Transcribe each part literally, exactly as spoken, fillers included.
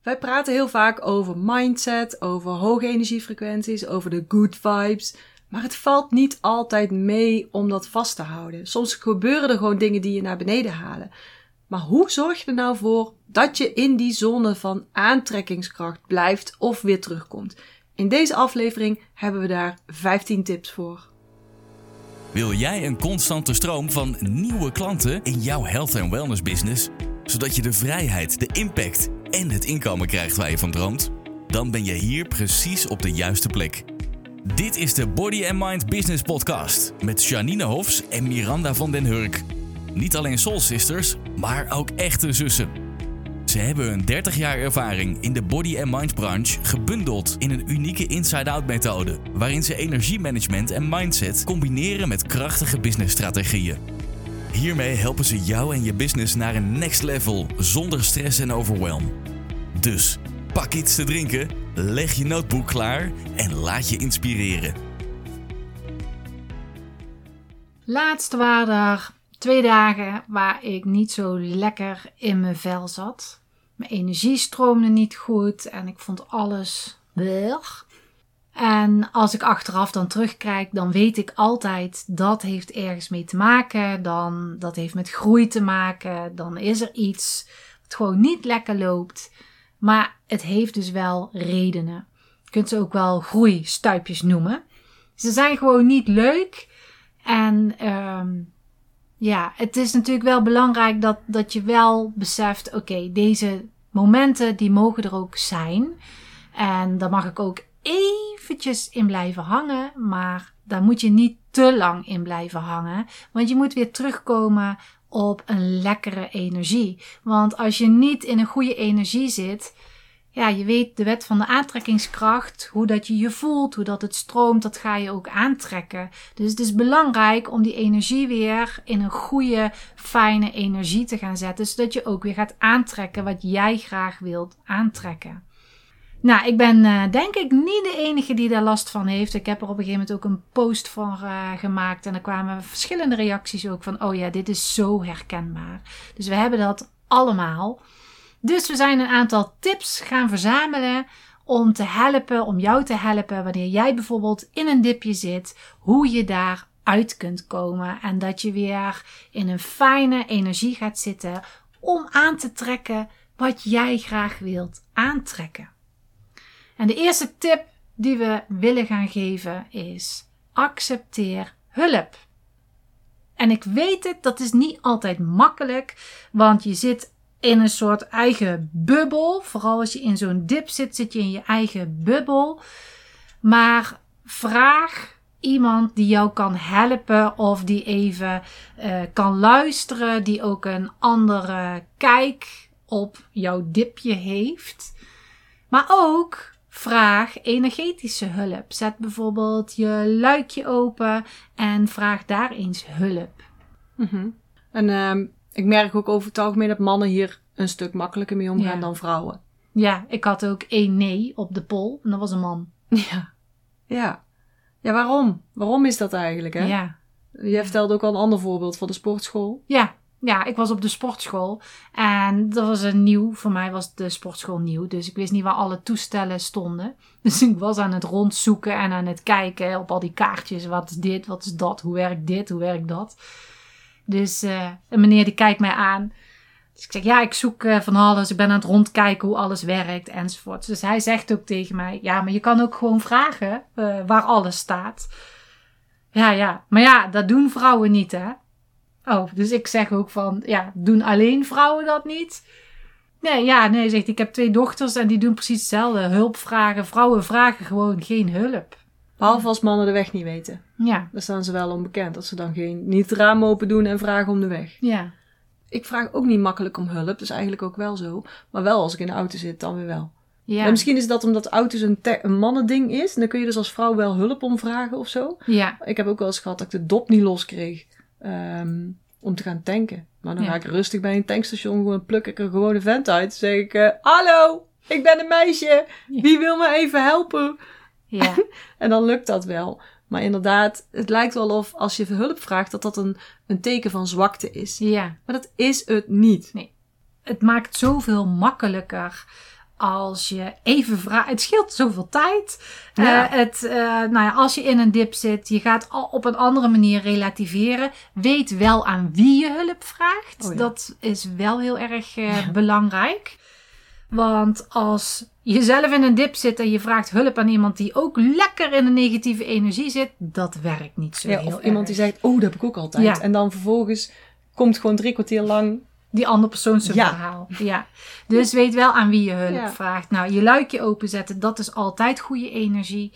Wij praten heel vaak over mindset, over hoge energiefrequenties, over de good vibes. Maar het valt niet altijd mee om dat vast te houden. Soms gebeuren er gewoon dingen die je naar beneden halen. Maar hoe zorg je er nou voor dat je in die zone van aantrekkingskracht blijft of weer terugkomt? In deze aflevering hebben we daar vijftien tips voor. Wil jij een constante stroom van nieuwe klanten in jouw health en wellness business? Zodat je de vrijheid, de impact en het inkomen krijgt waar je van droomt? Dan ben je hier precies op de juiste plek. Dit is de Body and Mind Business Podcast met Janine Hofs en Miranda van den Hurk. Niet alleen soul sisters, maar ook echte zussen. Ze hebben hun dertig jaar ervaring in de body and mind branche gebundeld in een unieke inside-out methode, waarin ze energiemanagement en mindset combineren met krachtige businessstrategieën. Hiermee helpen ze jou en je business naar een next level zonder stress en overwhelm. Dus pak iets te drinken, leg je notebook klaar en laat je inspireren. Laatst waren er twee dagen waar ik niet zo lekker in mijn vel zat. Mijn energie stroomde niet goed en ik vond alles blech. En als ik achteraf dan terugkijk, dan weet ik altijd dat heeft ergens mee te maken. Dan, dat heeft met groei te maken. Dan is er iets wat gewoon niet lekker loopt. Maar het heeft dus wel redenen. Je kunt ze ook wel groeistuipjes noemen. Ze zijn gewoon niet leuk. En um, ja, het is natuurlijk wel belangrijk dat, dat je wel beseft, oké, okay, deze momenten die mogen er ook zijn. En daar mag ik ook eventjes in blijven hangen, maar daar moet je niet te lang in blijven hangen. Want je moet weer terugkomen op een lekkere energie. Want als je niet in een goede energie zit, ja, je weet de wet van de aantrekkingskracht, hoe dat je je voelt, hoe dat het stroomt, dat ga je ook aantrekken. Dus het is belangrijk om die energie weer in een goede, fijne energie te gaan zetten, zodat je ook weer gaat aantrekken wat jij graag wilt aantrekken. Nou, ik ben uh, denk ik niet de enige die daar last van heeft. Ik heb er op een gegeven moment ook een post voor uh, gemaakt en er kwamen verschillende reacties ook van, oh ja, dit is zo herkenbaar. Dus we hebben dat allemaal. Dus we zijn een aantal tips gaan verzamelen om te helpen, om jou te helpen wanneer jij bijvoorbeeld in een dipje zit, hoe je daar uit kunt komen en dat je weer in een fijne energie gaat zitten om aan te trekken wat jij graag wilt aantrekken. En de eerste tip die we willen gaan geven is: accepteer hulp. En ik weet het, dat is niet altijd makkelijk, want je zit in een soort eigen bubbel. Vooral als je in zo'n dip zit, zit je in je eigen bubbel. Maar vraag iemand die jou kan helpen of die even uh, kan luisteren, die ook een andere kijk op jouw dipje heeft. Maar ook vraag energetische hulp. Zet bijvoorbeeld je luikje open en vraag daar eens hulp. Mm-hmm. En uh, ik merk ook over het algemeen dat mannen hier een stuk makkelijker mee omgaan ja. dan vrouwen. Ja, ik had ook één nee op de poll en dat was een man. Ja, ja. Ja, waarom? Waarom is dat eigenlijk, hè? Ja. Jij vertelde ook al een ander voorbeeld van de sportschool. Ja. Ja, ik was op de sportschool en dat was een nieuw. Voor mij was de sportschool nieuw, dus ik wist niet waar alle toestellen stonden. Dus ik was aan het rondzoeken en aan het kijken op al die kaartjes. Wat is dit, wat is dat, hoe werkt dit, hoe werkt dat? Dus uh, een meneer die kijkt mij aan. Dus ik zeg, ja, ik zoek uh, van alles. Ik ben aan het rondkijken hoe alles werkt enzovoort. Dus hij zegt ook tegen mij, ja, maar je kan ook gewoon vragen uh, waar alles staat. Ja, ja, maar ja, dat doen vrouwen niet, hè? Oh, dus ik zeg ook van, ja, doen alleen vrouwen dat niet? Nee, ja, nee, zegt ik heb twee dochters en die doen precies hetzelfde. Hulp vragen, vrouwen vragen gewoon geen hulp. Behalve als mannen de weg niet weten. Ja. Dan staan ze wel onbekend. Als ze dan geen, niet het raam open doen en vragen om de weg. Ja. Ik vraag ook niet makkelijk om hulp, dat is eigenlijk ook wel zo. Maar wel als ik in de auto zit, dan weer wel. Ja. En misschien is dat omdat auto's een, te- een mannending is. En dan kun je dus als vrouw wel hulp om vragen of zo. Ja. Ik heb ook wel eens gehad dat ik de dop niet los kreeg. Um, om te gaan tanken. Maar dan ja. ga ik rustig bij een tankstation, gewoon pluk ik er gewoon een vent uit. Dan zeg ik, uh, hallo, ik ben een meisje. Wie wil me even helpen? Ja. En dan lukt dat wel. Maar inderdaad, het lijkt wel of als je hulp vraagt, dat dat een, een teken van zwakte is. Ja. Maar dat is het niet. Nee. Het maakt zoveel makkelijker als je even vraagt. Het scheelt zoveel tijd. Ja. Uh, het, uh, nou ja, als je in een dip zit, je gaat al op een andere manier relativeren. Weet wel aan wie je hulp vraagt. Oh ja. Dat is wel heel erg uh, ja. belangrijk. Want als je zelf in een dip zit en je vraagt hulp aan iemand die ook lekker in een negatieve energie zit, dat werkt niet zo ja, heel of erg. iemand die zegt, oh, dat heb ik ook altijd. Ja. En dan vervolgens komt gewoon drie kwartier lang die andere persoon zijn ja. verhaal. Ja. Dus weet wel aan wie je hulp ja. vraagt. Nou, je luikje openzetten, dat is altijd goede energie.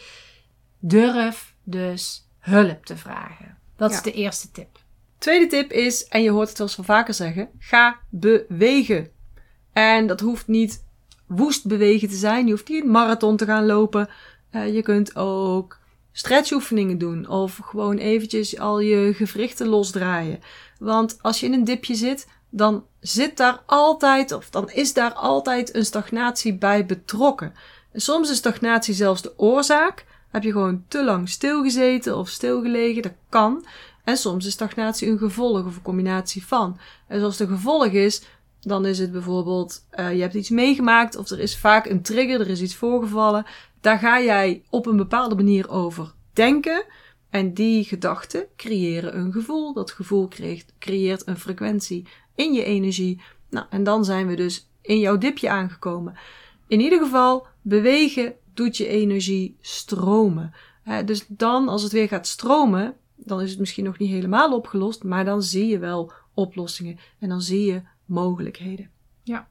Durf dus hulp te vragen. Dat ja. is de eerste tip. Tweede tip is, en je hoort het wel eens van vaker zeggen, ga bewegen. En dat hoeft niet woest bewegen te zijn. Je hoeft niet een marathon te gaan lopen. Uh, je kunt ook stretchoefeningen doen. Of gewoon eventjes al je gewrichten losdraaien. Want als je in een dipje zit, dan zit daar altijd, of dan is daar altijd een stagnatie bij betrokken. En soms is stagnatie zelfs de oorzaak. Heb je gewoon te lang stilgezeten of stilgelegen, dat kan. En soms is stagnatie een gevolg of een combinatie van. En zoals de gevolg is, dan is het bijvoorbeeld, uh, je hebt iets meegemaakt of er is vaak een trigger, er is iets voorgevallen. Daar ga jij op een bepaalde manier over denken. En die gedachten creëren een gevoel. Dat gevoel creëert, creëert een frequentie in je energie. Nou, en dan zijn we dus in jouw dipje aangekomen. In ieder geval, bewegen doet je energie stromen. He, dus dan, als het weer gaat stromen, dan is het misschien nog niet helemaal opgelost, maar dan zie je wel oplossingen en dan zie je mogelijkheden. Ja.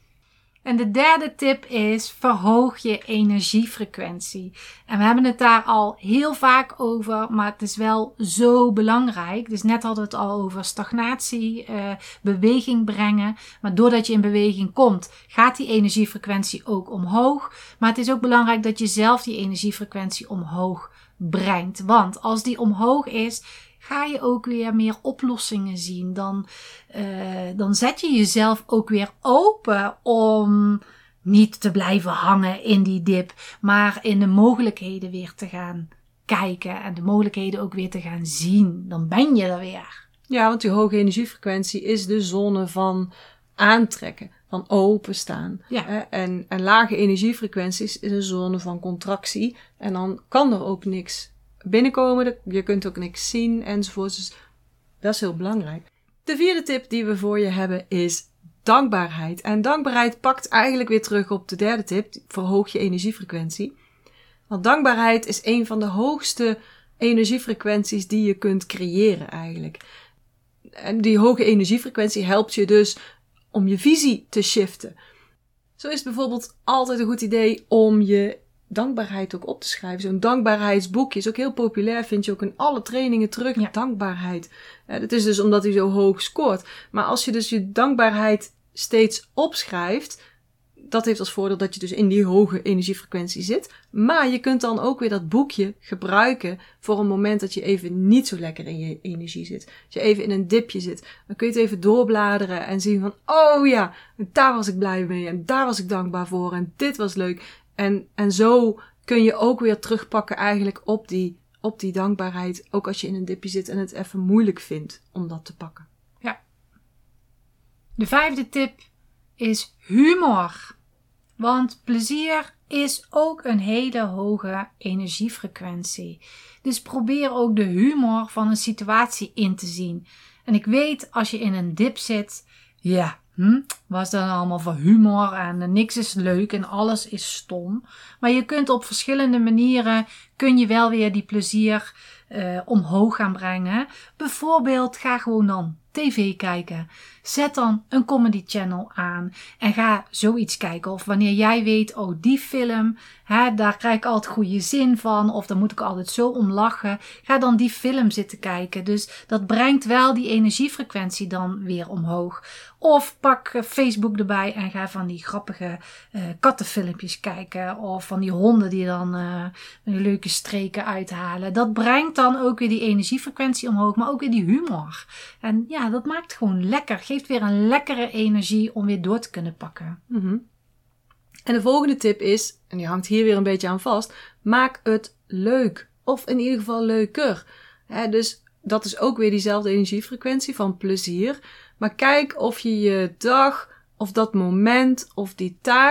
En de derde tip is, verhoog je energiefrequentie. En we hebben het daar al heel vaak over, maar het is wel zo belangrijk. Dus net hadden we het al over stagnatie, uh, beweging brengen. Maar doordat je in beweging komt, gaat die energiefrequentie ook omhoog. Maar het is ook belangrijk dat je zelf die energiefrequentie omhoog brengt. Want als die omhoog is, ga je ook weer meer oplossingen zien. Dan, uh, dan zet je jezelf ook weer open om niet te blijven hangen in die dip, maar in de mogelijkheden weer te gaan kijken en de mogelijkheden ook weer te gaan zien. Dan ben je er weer. Ja, want die hoge energiefrequentie is de zone van aantrekken, van openstaan. Ja. En, en lage energiefrequenties is een zone van contractie. En dan kan er ook niks binnenkomen, je kunt ook niks zien enzovoort. Dus dat is heel belangrijk. De vierde tip die we voor je hebben is dankbaarheid. En dankbaarheid pakt eigenlijk weer terug op de derde tip, verhoog je energiefrequentie. Want dankbaarheid is een van de hoogste energiefrequenties die je kunt creëren eigenlijk. En die hoge energiefrequentie helpt je dus om je visie te shiften. Zo is het bijvoorbeeld altijd een goed idee om je dankbaarheid ook op te schrijven. Zo'n dankbaarheidsboekje is ook heel populair. Vind je ook in alle trainingen terug. Ja. Dankbaarheid. Uh, dat is dus omdat hij zo hoog scoort. Maar als je dus je dankbaarheid steeds opschrijft, dat heeft als voordeel dat je dus in die hoge energiefrequentie zit. Maar je kunt dan ook weer dat boekje gebruiken voor een moment dat je even niet zo lekker in je energie zit. Als je even in een dipje zit, dan kun je het even doorbladeren en zien van, oh ja, daar was ik blij mee en daar was ik dankbaar voor en dit was leuk. En, en zo kun je ook weer terugpakken eigenlijk op die, op die dankbaarheid. Ook als je in een dipje zit en het even moeilijk vindt om dat te pakken. Ja. De vijfde tip is humor. Want plezier is ook een hele hoge energiefrequentie. Dus probeer ook de humor van een situatie in te zien. En ik weet, als je in een dip zit, ja, hm, was dan allemaal voor humor en niks is leuk en alles is stom. Maar je kunt op verschillende manieren, kun je wel weer die plezier uh, omhoog gaan brengen. Bijvoorbeeld, ga gewoon dan tv kijken. Zet dan een comedy channel aan en ga zoiets kijken. Of wanneer jij weet, oh die film, hè, daar krijg ik altijd goede zin van. Of daar moet ik altijd zo om lachen. Ga dan die film zitten kijken. Dus dat brengt wel die energiefrequentie dan weer omhoog. Of pak Facebook erbij en ga van die grappige uh, kattenfilmpjes kijken. Of van die honden die dan uh, die leuke streken uithalen. Dat brengt dan ook weer die energiefrequentie omhoog. Maar ook weer die humor. En ja, dat maakt gewoon lekker. Geeft weer een lekkere energie om weer door te kunnen pakken. Mm-hmm. En de volgende tip is, en die hangt hier weer een beetje aan vast, maak het leuk. Of in ieder geval leuker. He, dus dat is ook weer diezelfde energiefrequentie van plezier. Maar kijk of je je dag, of dat moment, of die taak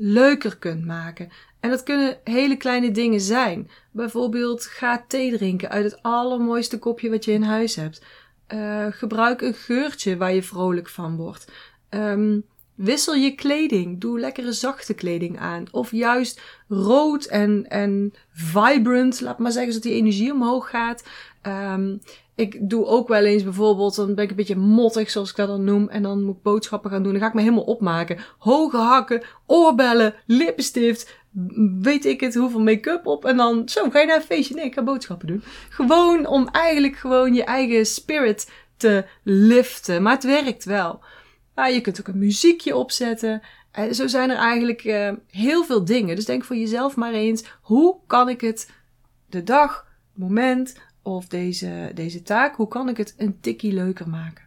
leuker kunt maken. En dat kunnen hele kleine dingen zijn. Bijvoorbeeld ga thee drinken uit het allermooiste kopje wat je in huis hebt. Uh, gebruik een geurtje waar je vrolijk van wordt. Um, wissel je kleding. Doe lekkere zachte kleding aan. Of juist rood en, en vibrant. Laat maar zeggen, zodat die energie omhoog gaat. Um, ik doe ook wel eens bijvoorbeeld, dan ben ik een beetje mottig zoals ik dat dan noem. En dan moet ik boodschappen gaan doen. Dan ga ik me helemaal opmaken. Hoge hakken, oorbellen, lippenstift. Weet ik het, hoeveel make-up op. En dan, zo, ga je naar een feestje? Nee, ik ga boodschappen doen. Gewoon om eigenlijk gewoon je eigen spirit te liften. Maar het werkt wel. Maar je kunt ook een muziekje opzetten. En zo zijn er eigenlijk uh, heel veel dingen. Dus denk voor jezelf maar eens, hoe kan ik het de dag, moment of deze, deze taak, hoe kan ik het een tikkie leuker maken?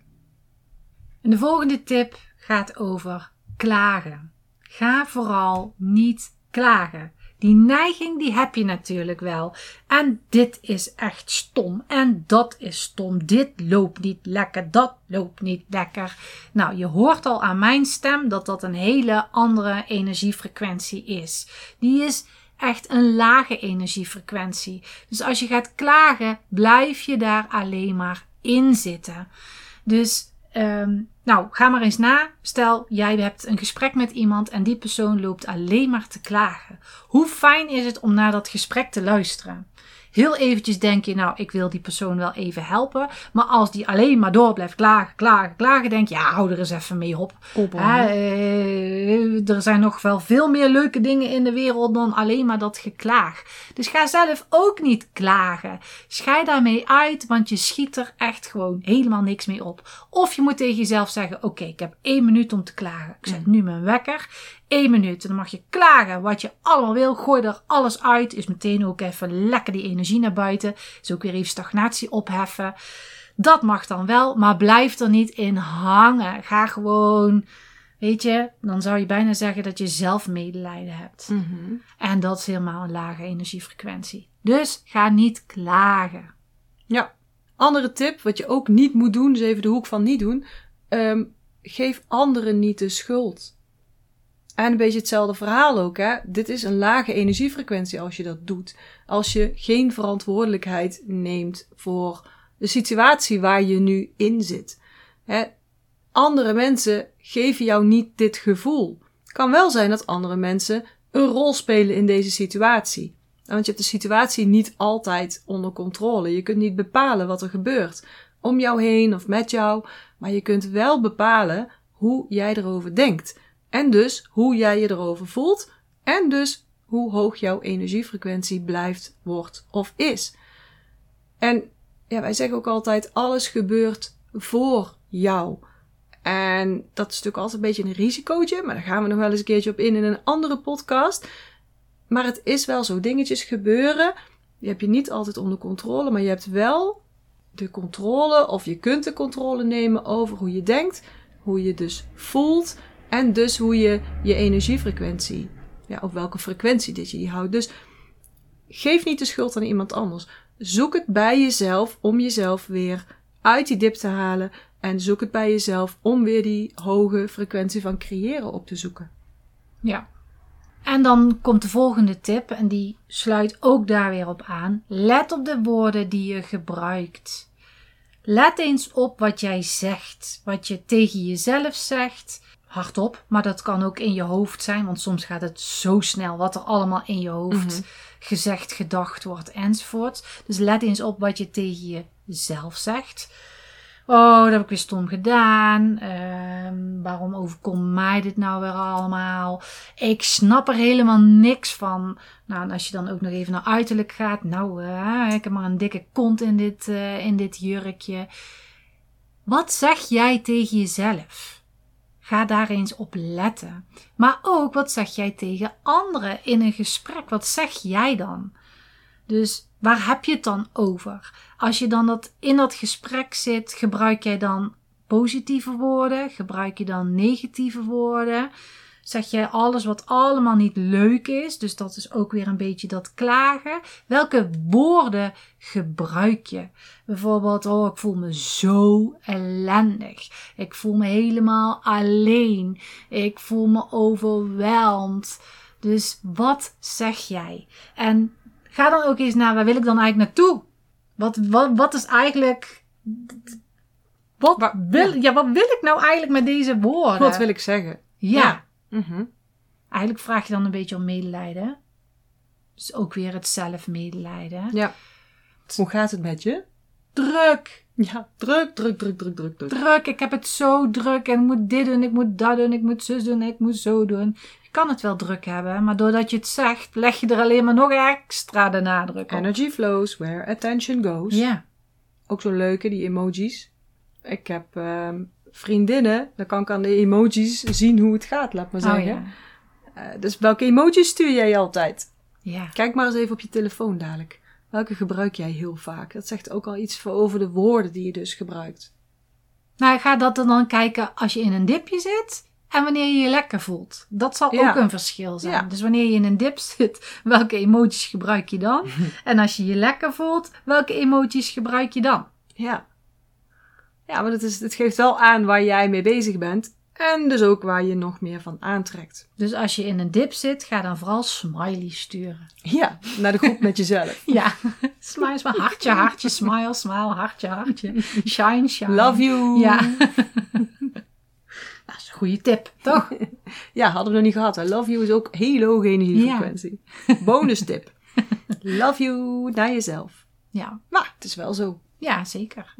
En de volgende tip gaat over klagen. Ga vooral niet klagen. Die neiging die heb je natuurlijk wel. En dit is echt stom. En dat is stom. Dit loopt niet lekker. Dat loopt niet lekker. Nou, je hoort al aan mijn stem dat dat een hele andere energiefrequentie is. Die is echt een lage energiefrequentie. Dus als je gaat klagen, blijf je daar alleen maar in zitten. Dus Um, nou, ga maar eens na. Stel, jij hebt een gesprek met iemand en die persoon loopt alleen maar te klagen. Hoe fijn is het om naar dat gesprek te luisteren? Heel eventjes denk je, nou, ik wil die persoon wel even helpen. Maar als die alleen maar door blijft klagen, klagen, klagen, denk je, ja, hou er eens even mee op. Ja, uh, er zijn nog wel veel meer leuke dingen in de wereld dan alleen maar dat geklaag. Dus ga zelf ook niet klagen. Schei daarmee uit, want je schiet er echt gewoon helemaal niks mee op. Of je moet tegen jezelf zeggen, oké, okay, ik heb één minuut om te klagen. Ik zet nu mijn wekker. Eén minuut. En dan mag je klagen wat je allemaal wil. Gooi er alles uit. Is meteen ook even lekker die energie naar buiten. Is ook weer even stagnatie opheffen. Dat mag dan wel. Maar blijf er niet in hangen. Ga gewoon, weet je, dan zou je bijna zeggen dat je zelf medelijden hebt. Mm-hmm. En dat is helemaal een lage energiefrequentie. Dus ga niet klagen. Ja. Andere tip, wat je ook niet moet doen. Dus even de hoek van niet doen. Um, geef anderen niet de schuld. En een beetje hetzelfde verhaal ook, hè. Dit is een lage energiefrequentie als je dat doet. Als je geen verantwoordelijkheid neemt voor de situatie waar je nu in zit. Hè. Andere mensen geven jou niet dit gevoel. Het kan wel zijn dat andere mensen een rol spelen in deze situatie. Want je hebt de situatie niet altijd onder controle. Je kunt niet bepalen wat er gebeurt om jou heen of met jou. Maar je kunt wel bepalen hoe jij erover denkt. En dus hoe jij je erover voelt. En dus hoe hoog jouw energiefrequentie blijft, wordt of is. En ja, wij zeggen ook altijd, alles gebeurt voor jou. En dat is natuurlijk altijd een beetje een risicootje. Maar daar gaan we nog wel eens een keertje op in in een andere podcast. Maar het is wel zo. Dingetjes gebeuren. Die heb je niet altijd onder controle. Maar je hebt wel de controle. Of je kunt de controle nemen over hoe je denkt. Hoe je dus voelt. En dus hoe je je energiefrequentie, ja, op welke frequentie dit je die houdt. Dus geef niet de schuld aan iemand anders. Zoek het bij jezelf om jezelf weer uit die dip te halen. En zoek het bij jezelf om weer die hoge frequentie van creëren op te zoeken. Ja. En dan komt de volgende tip en die sluit ook daar weer op aan. Let op de woorden die je gebruikt. Let eens op wat jij zegt. Wat je tegen jezelf zegt. Hardop, maar dat kan ook in je hoofd zijn. Want soms gaat het zo snel wat er allemaal in je hoofd mm-hmm. gezegd, gedacht wordt enzovoort. Dus let eens op wat je tegen jezelf zegt. Oh, dat heb ik weer stom gedaan. Uh, waarom overkomt mij dit nou weer allemaal? Ik snap er helemaal niks van. Nou, en als je dan ook nog even naar uiterlijk gaat. Nou, uh, ik heb maar een dikke kont in dit, uh, in dit jurkje. Wat zeg jij tegen jezelf? Ga daar eens op letten. Maar ook, wat zeg jij tegen anderen in een gesprek? Wat zeg jij dan? Dus waar heb je het dan over? Als je dan dat in dat gesprek zit, gebruik jij dan positieve woorden? Gebruik je dan negatieve woorden? Zeg jij alles wat allemaal niet leuk is? Dus dat is ook weer een beetje dat klagen. Welke woorden gebruik je? Bijvoorbeeld, oh, ik voel me zo ellendig. Ik voel me helemaal alleen. Ik voel me overweldigd. Dus wat zeg jij? En ga dan ook eens naar, waar wil ik dan eigenlijk naartoe? Wat, wat, wat is eigenlijk... Wat, Waar, wil, ja. ja, wat wil ik nou eigenlijk met deze woorden? Wat wil ik zeggen? Ja. Ja. Mm-hmm. Eigenlijk vraag je dan een beetje om medelijden. Dus ook weer het zelfmedelijden. Ja. Hoe gaat het met je? Druk. Ja, druk, druk, druk, druk, druk, druk. Druk. Ik heb het zo druk. En ik moet dit doen, ik moet dat doen, ik moet zus doen, ik moet zo doen. Je kan het wel druk hebben, maar doordat je het zegt, leg je er alleen maar nog extra de nadruk op. Energy flows where attention goes. Ja. Ook zo'n leuke, die emojis. Ik heb uh, vriendinnen, dan kan ik aan de emojis zien hoe het gaat, laat maar zeggen. Oh, ja. Uh, dus welke emojis stuur jij altijd? Ja. Kijk maar eens even op je telefoon dadelijk. Welke gebruik jij heel vaak? Dat zegt ook al iets voor over de woorden die je dus gebruikt. Nou, ga dat er dan kijken als je in een dipje zit en wanneer je je lekker voelt. Dat zal Ja. ook een verschil zijn. Ja. Dus wanneer je in een dip zit, welke emojis gebruik je dan? En als je je lekker voelt, welke emojis gebruik je dan? Ja. Ja, maar het, is, het geeft wel aan waar jij mee bezig bent. En dus ook waar je nog meer van aantrekt. Dus als je in een dip zit, ga dan vooral smileys sturen. Ja, naar de groep met jezelf. Ja, smile, smile, hartje, hartje, smile, smile, hartje, hartje, shine, shine. Love you. Ja. Dat is een goede tip, toch? Ja, hadden we nog niet gehad. Hè? Love you is ook hele hoge energiefrequentie. Ja. Bonus tip. Love you naar jezelf. Ja. Maar het is wel zo. Ja, zeker.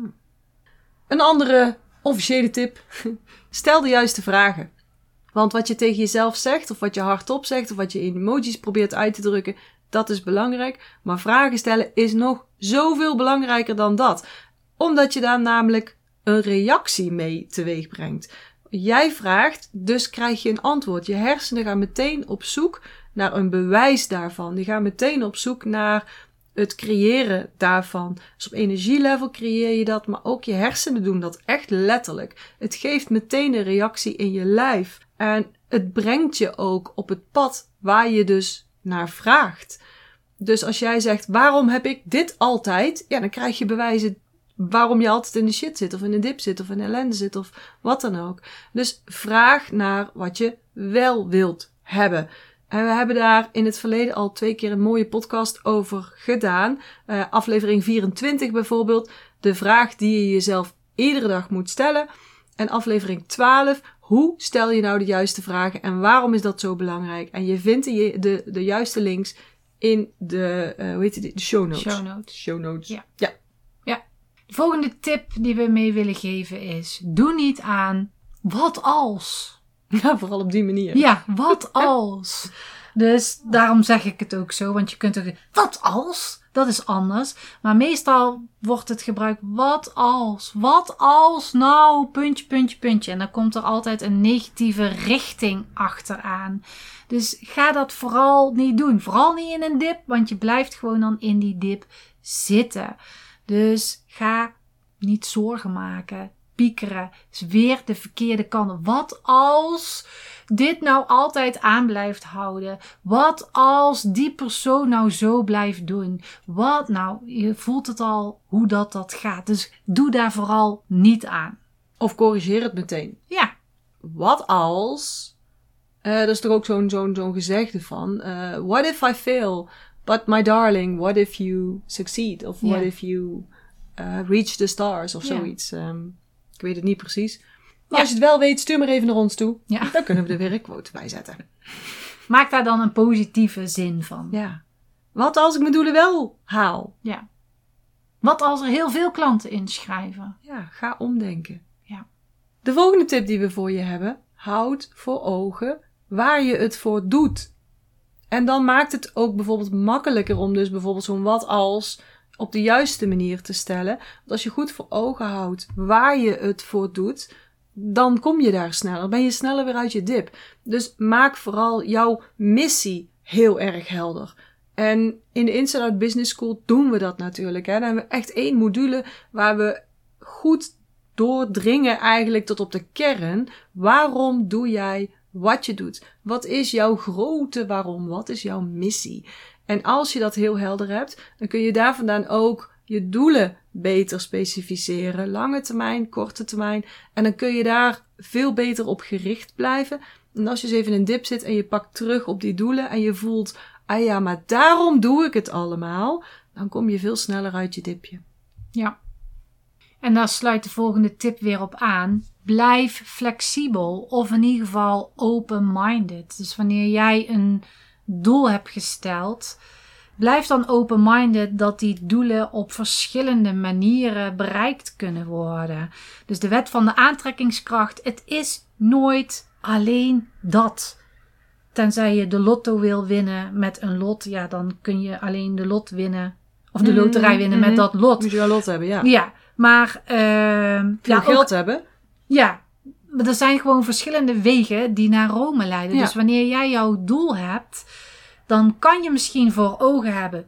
Een andere officiële tip. Stel de juiste vragen. Want wat je tegen jezelf zegt, of wat je hardop zegt, of wat je in emojis probeert uit te drukken, dat is belangrijk. Maar vragen stellen is nog zoveel belangrijker dan dat. Omdat je daar namelijk een reactie mee teweeg brengt. Jij vraagt, dus krijg je een antwoord. Je hersenen gaan meteen op zoek naar een bewijs daarvan. Die gaan meteen op zoek naar het creëren daarvan. Dus op energielevel creëer je dat, maar ook je hersenen doen dat echt letterlijk. Het geeft meteen een reactie in je lijf. En het brengt je ook op het pad waar je dus naar vraagt. Dus als jij zegt, waarom heb ik dit altijd? Ja, dan krijg je bewijzen waarom je altijd in de shit zit, of in de dip zit, of in de ellende zit, of wat dan ook. Dus vraag naar wat je wel wilt hebben. En we hebben daar in het verleden al twee keer een mooie podcast over gedaan. Uh, aflevering vierentwintig bijvoorbeeld. De vraag die je jezelf iedere dag moet stellen. En aflevering twaalf. Hoe stel je nou de juiste vragen en waarom is dat zo belangrijk? En je vindt de, de, de juiste links in de, uh, hoe heet het, de show notes. Show notes. Show notes. Ja. Ja. Ja. De volgende tip die we mee willen geven is, doe niet aan wat als. Ja, vooral op die manier. Ja, wat als. Dus daarom zeg ik het ook zo, want je kunt ook, wat als? Dat is anders. Maar meestal wordt het gebruikt, wat als? Wat als nou, puntje, puntje, puntje. En dan komt er altijd een negatieve richting achteraan. Dus ga dat vooral niet doen. Vooral niet in een dip, want je blijft gewoon dan in die dip zitten. Dus ga niet zorgen maken. Piekeren is weer de verkeerde kant. Wat als dit nou altijd aan blijft houden? Wat als die persoon nou zo blijft doen? Wat nou, je voelt het al hoe dat dat gaat. Dus doe daar vooral niet aan. Of corrigeer het meteen. Ja. Wat als... Uh, dat is toch ook zo'n zo'n zo'n gezegde van... Uh, what if I fail? But my darling, what if you succeed? Of what Ja. if you uh, reach the stars? Of Ja. zoiets. Um, ik weet het niet precies. Maar Ja. als je het wel weet, stuur maar even naar ons toe. Ja. Dan kunnen we er weer een quote bij zetten. Maak daar dan een positieve zin van. Ja. Wat als ik mijn doelen wel haal? Ja. Wat als er heel veel klanten inschrijven? Ja, ga omdenken. Ja. De volgende tip die we voor je hebben. Houd voor ogen waar je het voor doet. En dan maakt het ook bijvoorbeeld makkelijker om dus bijvoorbeeld zo'n wat als op de juiste manier te stellen. Want als je goed voor ogen houdt waar je het voor doet, dan kom je daar sneller. Ben je sneller weer uit je dip. Dus maak vooral jouw missie heel erg helder. En in de Inside Out Business School doen we dat natuurlijk. Hè. Dan hebben we echt één module waar we goed doordringen eigenlijk tot op de kern. Waarom doe jij wat je doet. Wat is jouw grote waarom? Wat is jouw missie? En als je dat heel helder hebt, dan kun je daar vandaan ook je doelen beter specificeren. Lange termijn, korte termijn. En dan kun je daar veel beter op gericht blijven. En als je eens even in een dip zit en je pakt terug op die doelen en je voelt, ah ja, maar daarom doe ik het allemaal. Dan kom je veel sneller uit je dipje. Ja. En daar sluit de volgende tip weer op aan. Blijf flexibel of in ieder geval open-minded. Dus wanneer jij een doel hebt gesteld, blijf dan open-minded dat die doelen op verschillende manieren bereikt kunnen worden. Dus de wet van de aantrekkingskracht, het is nooit alleen dat. Tenzij je de lotto wil winnen met een lot, ja, dan kun je alleen de lot winnen. Of de loterij winnen mm-hmm. met dat lot. Moet je wel lot hebben, ja. Ja, maar uh, veel ja, geld ook, hebben. Ja, maar er zijn gewoon verschillende wegen die naar Rome leiden. Ja. Dus wanneer jij jouw doel hebt, dan kan je misschien voor ogen hebben,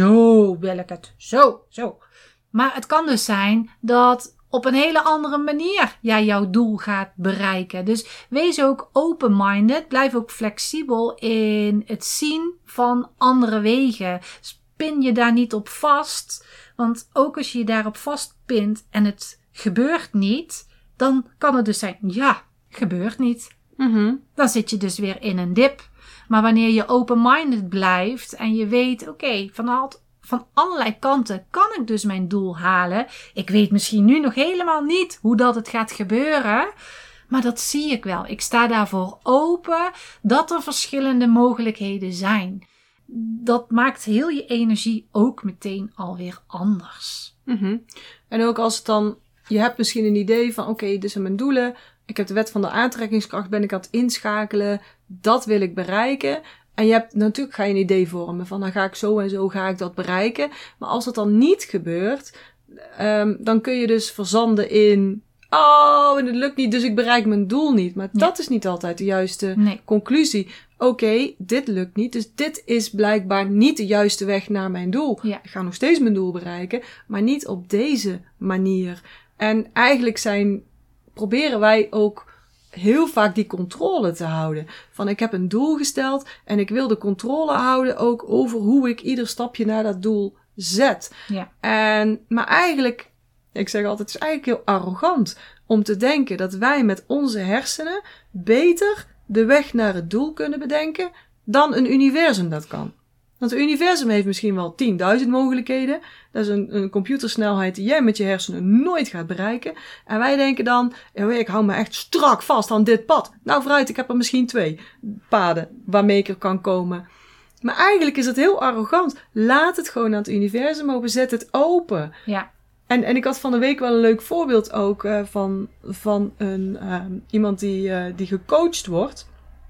zo wil ik het, zo, zo. Maar het kan dus zijn dat op een hele andere manier jij jouw doel gaat bereiken. Dus wees ook open-minded, blijf ook flexibel in het zien van andere wegen. Spin je daar niet op vast, want ook als je je daarop vastpint en het gebeurt niet, dan kan het dus zijn, ja, gebeurt niet. Mm-hmm. Dan zit je dus weer in een dip. Maar wanneer je open-minded blijft en je weet, oké, okay, van, van allerlei kanten kan ik dus mijn doel halen. Ik weet misschien nu nog helemaal niet hoe dat het gaat gebeuren, maar dat zie ik wel. Ik sta daarvoor open dat er verschillende mogelijkheden zijn. Dat maakt heel je energie ook meteen alweer anders. Mm-hmm. En ook als het dan, je hebt misschien een idee van, oké, okay, dit zijn mijn doelen. Ik heb de wet van de aantrekkingskracht, ben ik aan het inschakelen. Dat wil ik bereiken. En je hebt, natuurlijk ga je een idee vormen van, dan ga ik zo en zo ga ik dat bereiken. Maar als dat dan niet gebeurt, um, dan kun je dus verzanden in, oh, en het lukt niet, dus ik bereik mijn doel niet. Maar Ja. dat is niet altijd de juiste Nee. conclusie. Oké, okay, dit lukt niet, dus dit is blijkbaar niet de juiste weg naar mijn doel. Ja. Ik ga nog steeds mijn doel bereiken, maar niet op deze manier. En eigenlijk zijn, proberen wij ook heel vaak die controle te houden. Van ik heb een doel gesteld en ik wil de controle houden ook over hoe ik ieder stapje naar dat doel zet. Ja. En, maar eigenlijk, ik zeg altijd, het is eigenlijk heel arrogant om te denken dat wij met onze hersenen beter de weg naar het doel kunnen bedenken dan een universum dat kan. Want het universum heeft misschien wel tienduizend mogelijkheden. Dat is een, een computersnelheid die jij met je hersenen nooit gaat bereiken. En wij denken dan, ik hou me echt strak vast aan dit pad. Nou vooruit, ik heb er misschien twee paden waarmee ik er kan komen. Maar eigenlijk is het heel arrogant. Laat het gewoon aan het universum open, zet het open. Ja. En, en ik had van de week wel een leuk voorbeeld ook uh, van, van een, uh, iemand die, uh, die gecoacht wordt.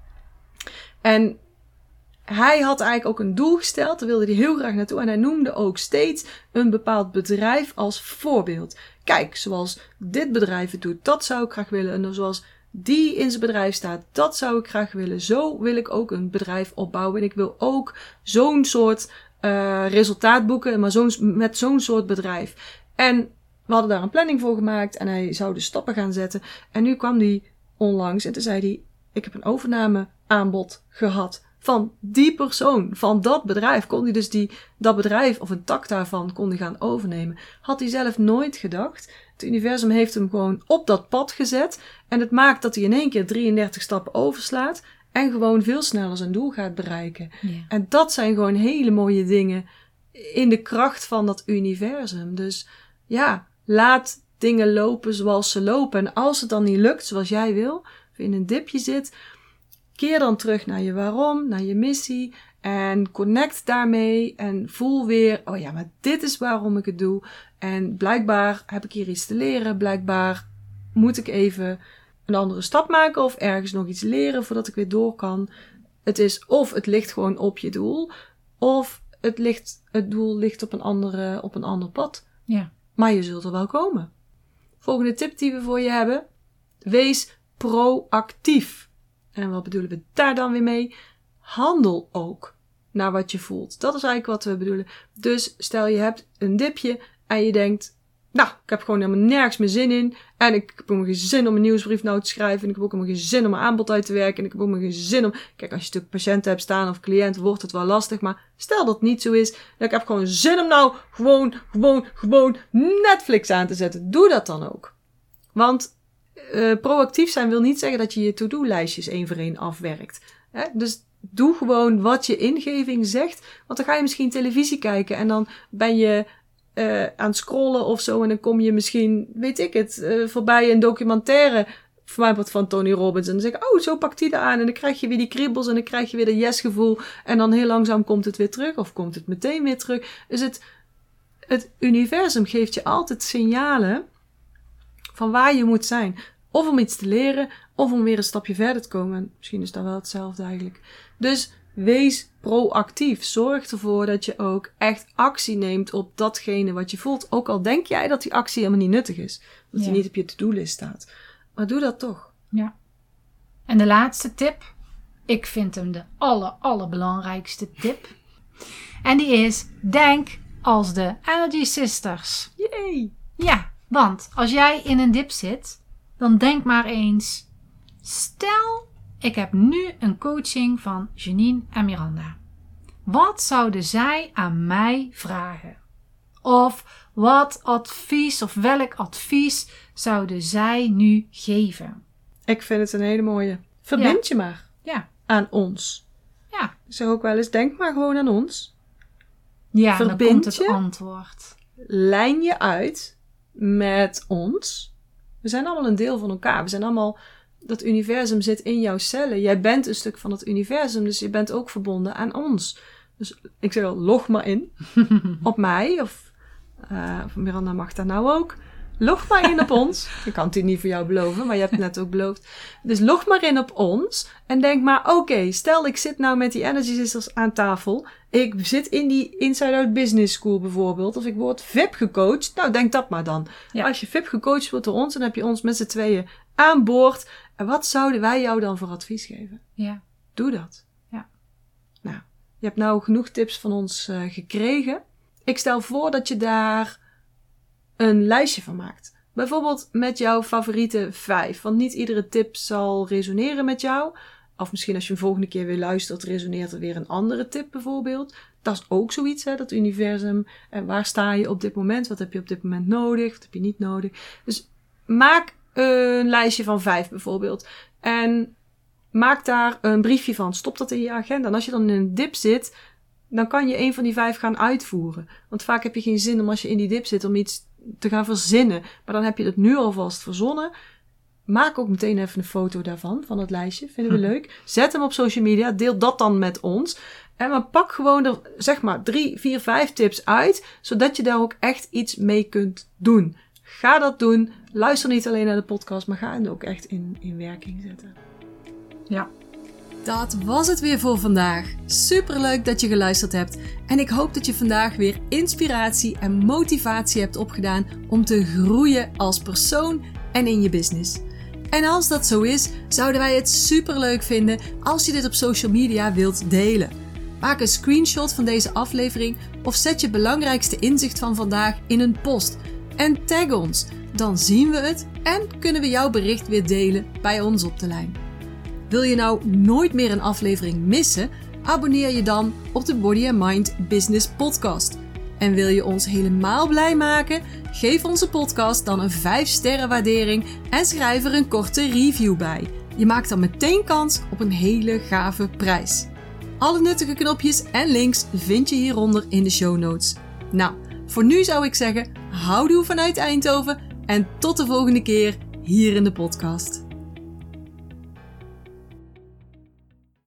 En hij had eigenlijk ook een doel gesteld, daar wilde hij heel graag naartoe. En hij noemde ook steeds een bepaald bedrijf als voorbeeld. Kijk, zoals dit bedrijf het doet, dat zou ik graag willen. En zoals die in zijn bedrijf staat, dat zou ik graag willen. Zo wil ik ook een bedrijf opbouwen. En ik wil ook zo'n soort uh, resultaat boeken, maar zo'n, met zo'n soort bedrijf. En we hadden daar een planning voor gemaakt en hij zou de stappen gaan zetten. En nu kwam hij onlangs en toen zei hij, ik heb een overnameaanbod gehad van die persoon, van dat bedrijf. Kon hij dus die, dat bedrijf of een tak daarvan kon hij gaan overnemen. Had hij zelf nooit gedacht. Het universum heeft hem gewoon op dat pad gezet. En het maakt dat hij in één keer drieëndertig stappen overslaat. En gewoon veel sneller zijn doel gaat bereiken. Ja. En dat zijn gewoon hele mooie dingen in de kracht van dat universum. Dus ja, laat dingen lopen zoals ze lopen. En als het dan niet lukt zoals jij wil, of je in een dipje zit, keer dan terug naar je waarom, naar je missie en connect daarmee en voel weer, oh ja, maar dit is waarom ik het doe. En blijkbaar heb ik hier iets te leren, blijkbaar moet ik even een andere stap maken of ergens nog iets leren voordat ik weer door kan. Het is of het ligt gewoon op je doel, of het, ligt, het doel ligt op een, andere, op een ander pad. Ja. Maar je zult er wel komen. Volgende tip die we voor je hebben, wees proactief. En wat bedoelen we daar dan weer mee? Handel ook naar wat je voelt. Dat is eigenlijk wat we bedoelen. Dus stel je hebt een dipje en je denkt, Nou, ik heb gewoon helemaal nergens meer zin in. En ik heb ook geen zin om een nieuwsbrief nou te schrijven. En ik heb ook helemaal geen zin om mijn aanbod uit te werken. En ik heb ook helemaal geen zin om... Kijk, als je natuurlijk patiënten hebt staan of cliënten, wordt het wel lastig. Maar stel dat het niet zo is. Dan ik heb gewoon zin om nou gewoon, gewoon, gewoon Netflix aan te zetten. Doe dat dan ook. Want uh, proactief zijn wil niet zeggen dat je je to-do-lijstjes één voor één afwerkt. Hè? Dus doe gewoon wat je ingeving zegt. Want dan ga je misschien televisie kijken en dan ben je... Uh, aan het scrollen of zo. En dan kom je misschien, weet ik het, uh, voorbij een documentaire. Voor mij wat van Tony Robbins. En dan zeg ik, oh, zo pakt die dat aan. En dan krijg je weer die kriebels. En dan krijg je weer dat yes-gevoel. En dan heel langzaam komt het weer terug. Of komt het meteen weer terug. Dus het, het universum geeft je altijd signalen van waar je moet zijn. Of om iets te leren. Of om weer een stapje verder te komen. En misschien is dat wel hetzelfde eigenlijk. Dus... wees proactief. Zorg ervoor dat je ook echt actie neemt op datgene wat je voelt. Ook al denk jij dat die actie helemaal niet nuttig is. Dat die Ja. niet op je to-do-list staat. Maar doe dat toch. Ja. En de laatste tip. Ik vind hem de aller, allerbelangrijkste tip. En die is, denk als de Energy Sisters. Yay! Ja, want als jij in een dip zit, dan denk maar eens, stel... ik heb nu een coaching van Janine en Miranda. Wat zouden zij aan mij vragen? Of wat advies of welk advies zouden zij nu geven? Ik vind het een hele mooie. Verbind Ja. je maar Ja, aan ons. ja. Ik zeg ook wel eens, denk maar gewoon aan ons. Ja, dan Verbind komt het je? antwoord. Lijn je uit met ons. We zijn allemaal een deel van elkaar. We zijn allemaal... dat universum zit in jouw cellen. Jij bent een stuk van het universum, dus je bent ook verbonden aan ons. Dus ik zeg al, log maar in op mij. Of uh, Miranda mag dat nou ook. Log maar in op ons. Ik kan het niet voor jou beloven, maar je hebt het net ook beloofd. Dus log maar in op ons. En denk maar, oké, okay, stel ik zit nou met die Energy Sisters aan tafel. Ik zit in die Inside Out Business School bijvoorbeeld. Of ik word V I P gecoacht. Nou, denk dat maar dan. Ja. Als je V I P gecoacht wordt door ons, dan heb je ons met z'n tweeën aan boord. En wat zouden wij jou dan voor advies geven? Ja. Doe dat. Ja. Nou, je hebt nou genoeg tips van ons uh, gekregen. Ik stel voor dat je daar een lijstje van maakt. Bijvoorbeeld met jouw favoriete vijf. Want niet iedere tip zal resoneren met jou. Of misschien als je een volgende keer weer luistert, resoneert er weer een andere tip bijvoorbeeld. Dat is ook zoiets, hè, dat universum. En waar sta je op dit moment? Wat heb je op dit moment nodig? Wat heb je niet nodig? Dus maak een lijstje van vijf bijvoorbeeld. En maak daar een briefje van. Stop dat in je agenda. En als je dan in een dip zit, dan kan je een van die vijf gaan uitvoeren. Want vaak heb je geen zin om als je in die dip zit om iets te gaan verzinnen. Maar dan heb je het nu alvast verzonnen. Maak ook meteen even een foto daarvan, van het lijstje. Vinden we leuk. Zet hem op social media. Deel dat dan met ons. En maar pak gewoon er, zeg maar, drie, vier, vijf tips uit. Zodat je daar ook echt iets mee kunt doen. Ga dat doen. Luister niet alleen naar de podcast, maar ga het ook echt in, in werking zetten. Ja. Dat was het weer voor vandaag. Superleuk dat je geluisterd hebt. En ik hoop dat je vandaag weer inspiratie en motivatie hebt opgedaan om te groeien als persoon en in je business. En als dat zo is, zouden wij het superleuk vinden als je dit op social media wilt delen. Maak een screenshot van deze aflevering of zet je belangrijkste inzicht van vandaag in een post. En tag ons, dan zien we het en kunnen we jouw bericht weer delen bij ons op de lijn. Wil je nou nooit meer een aflevering missen? Abonneer je dan op de Body and Mind Business Podcast. En wil je ons helemaal blij maken? Geef onze podcast dan een vijf sterren waardering en schrijf er een korte review bij. Je maakt dan meteen kans op een hele gave prijs. Alle nuttige knopjes en links vind je hieronder in de show notes. Nou, voor nu zou ik zeggen, houdoe vanuit Eindhoven en tot de volgende keer hier in de podcast.